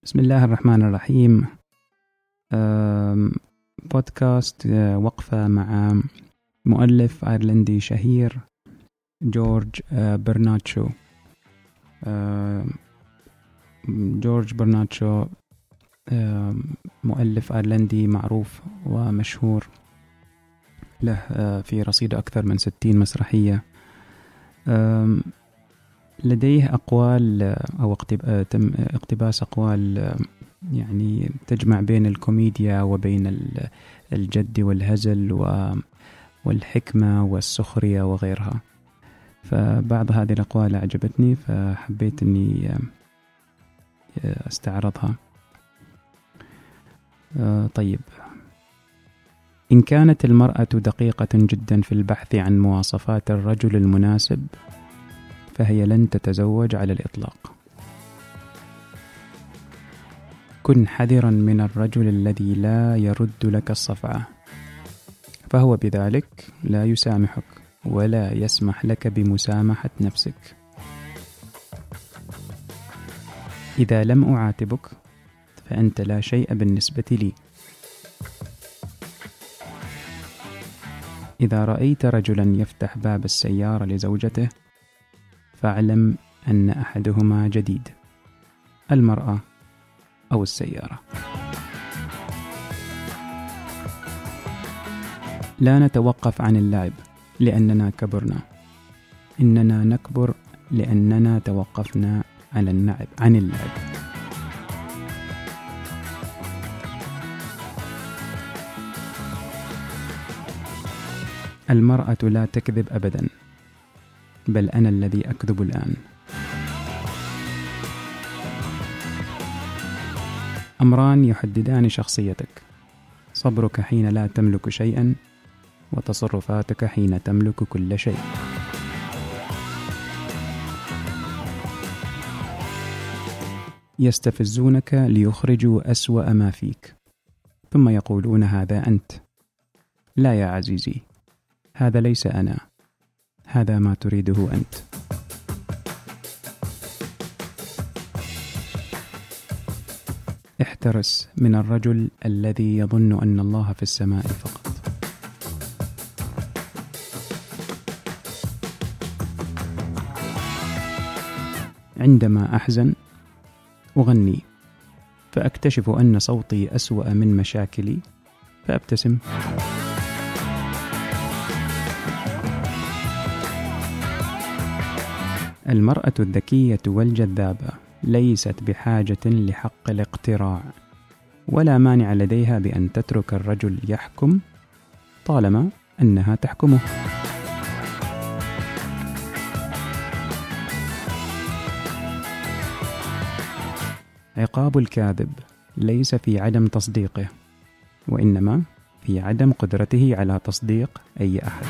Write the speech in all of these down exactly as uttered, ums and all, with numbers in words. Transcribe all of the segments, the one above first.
بسم الله الرحمن الرحيم. بودكاست وقفة مع مؤلف أيرلندي شهير جورج برنارد شو. جورج برنارد شو مؤلف أيرلندي معروف ومشهور، له في رصيده أكثر من ستين مسرحية. لديه أقوال أو اقتباس أقوال يعني تجمع بين الكوميديا وبين الجد والهزل والحكمة والسخرية وغيرها. فبعض هذه الأقوال أعجبتني فحبيت أني أستعرضها. طيب، إن كانت المرأة دقيقة جدا في البحث عن مواصفات الرجل المناسب فهي لن تتزوج على الإطلاق. كن حذرا من الرجل الذي لا يرد لك الصفعة، فهو بذلك لا يسامحك ولا يسمح لك بمسامحة نفسك. إذا لم أعاتبك فأنت لا شيء بالنسبة لي. إذا رأيت رجلا يفتح باب السيارة لزوجته فاعلم أن أحدهما جديد، المرأة أو السيارة. لا نتوقف عن اللعب لأننا كبرنا، إننا نكبر لأننا توقفنا عن اللعب عن اللعب. المرأة لا تكذب أبدا، بل أنا الذي أكذب الآن. أمران يحددان شخصيتك: صبرك حين لا تملك شيئا، وتصرفاتك حين تملك كل شيء. يستفزونك ليخرجوا أسوأ ما فيك، ثم يقولون هذا أنت. لا يا عزيزي، هذا ليس أنا، هذا ما تريده أنت. احترس من الرجل الذي يظن أن الله في السماء فقط. عندما أحزن أغني، فأكتشف أن صوتي أسوأ من مشاكلي فأبتسم. المرأة الذكية والجذابة ليست بحاجة لحق الاقتراع، ولا مانع لديها بأن تترك الرجل يحكم طالما أنها تحكمه. عقاب الكاذب ليس في عدم تصديقه، وإنما في عدم قدرته على تصديق أي أحد.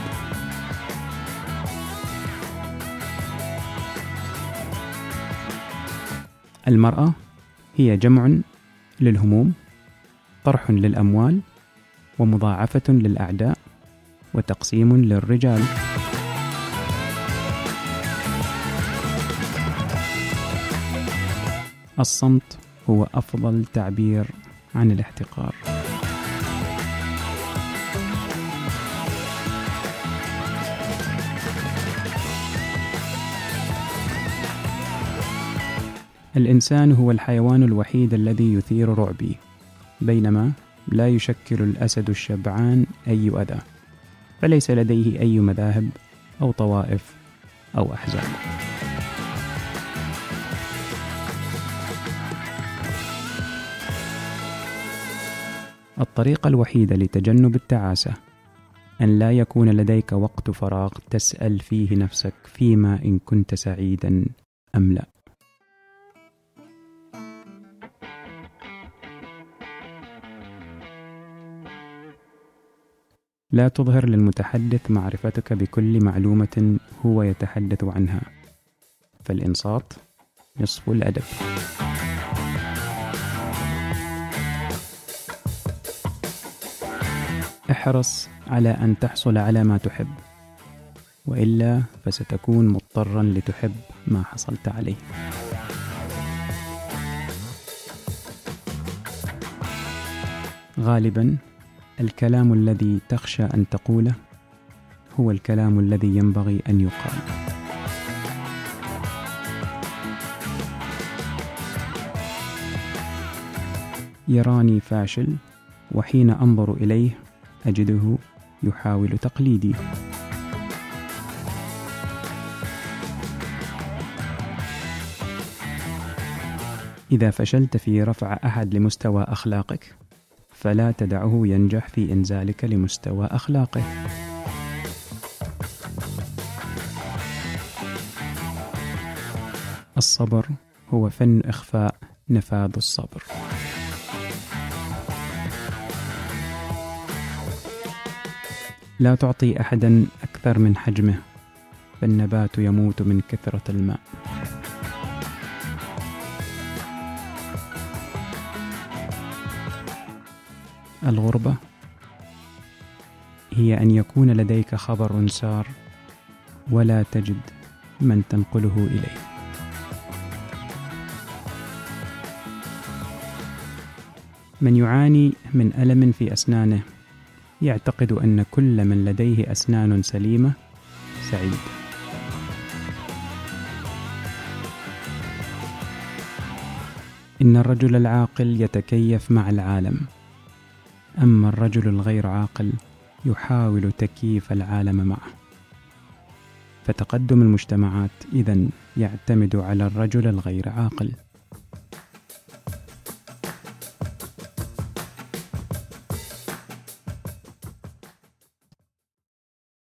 المرأة هي جمع للهموم، طرح للأموال، ومضاعفة للأعداء، وتقسيم للرجال. الصمت هو أفضل تعبير عن الاحتقار. الإنسان هو الحيوان الوحيد الذي يثير رعبي، بينما لا يشكل الأسد الشبعان أي أذى، فليس لديه أي مذاهب أو طوائف أو أحزاب. الطريقة الوحيدة لتجنب التعاسة أن لا يكون لديك وقت فراغ تسأل فيه نفسك فيما إن كنت سعيدا أم لا. لا تظهر للمتحدث معرفتك بكل معلومة هو يتحدث عنها، فالإنصات نصف الأدب. احرص على أن تحصل على ما تحب، وإلا فستكون مضطرا لتحب ما حصلت عليه. غالبا الكلام الذي تخشى أن تقوله هو الكلام الذي ينبغي أن يقال. يراني فاشل، وحين أنظر إليه أجده يحاول تقليدي. إذا فشلت في رفع أحد لمستوى أخلاقك فلا تدعه ينجح في إنزالك لمستوى أخلاقه. الصبر هو فن إخفاء نفاذ الصبر. لا تعطي أحدا أكثر من حجمه، فالنبات يموت من كثرة الماء. الغربة هي أن يكون لديك خبر سار ولا تجد من تنقله إليه. من يعاني من ألم في أسنانه يعتقد أن كل من لديه أسنان سليمة سعيد. إن الرجل العاقل يتكيف مع العالم، أما الرجل الغير عاقل يحاول تكييف العالم معه. فتقدم المجتمعات إذن يعتمد على الرجل الغير عاقل.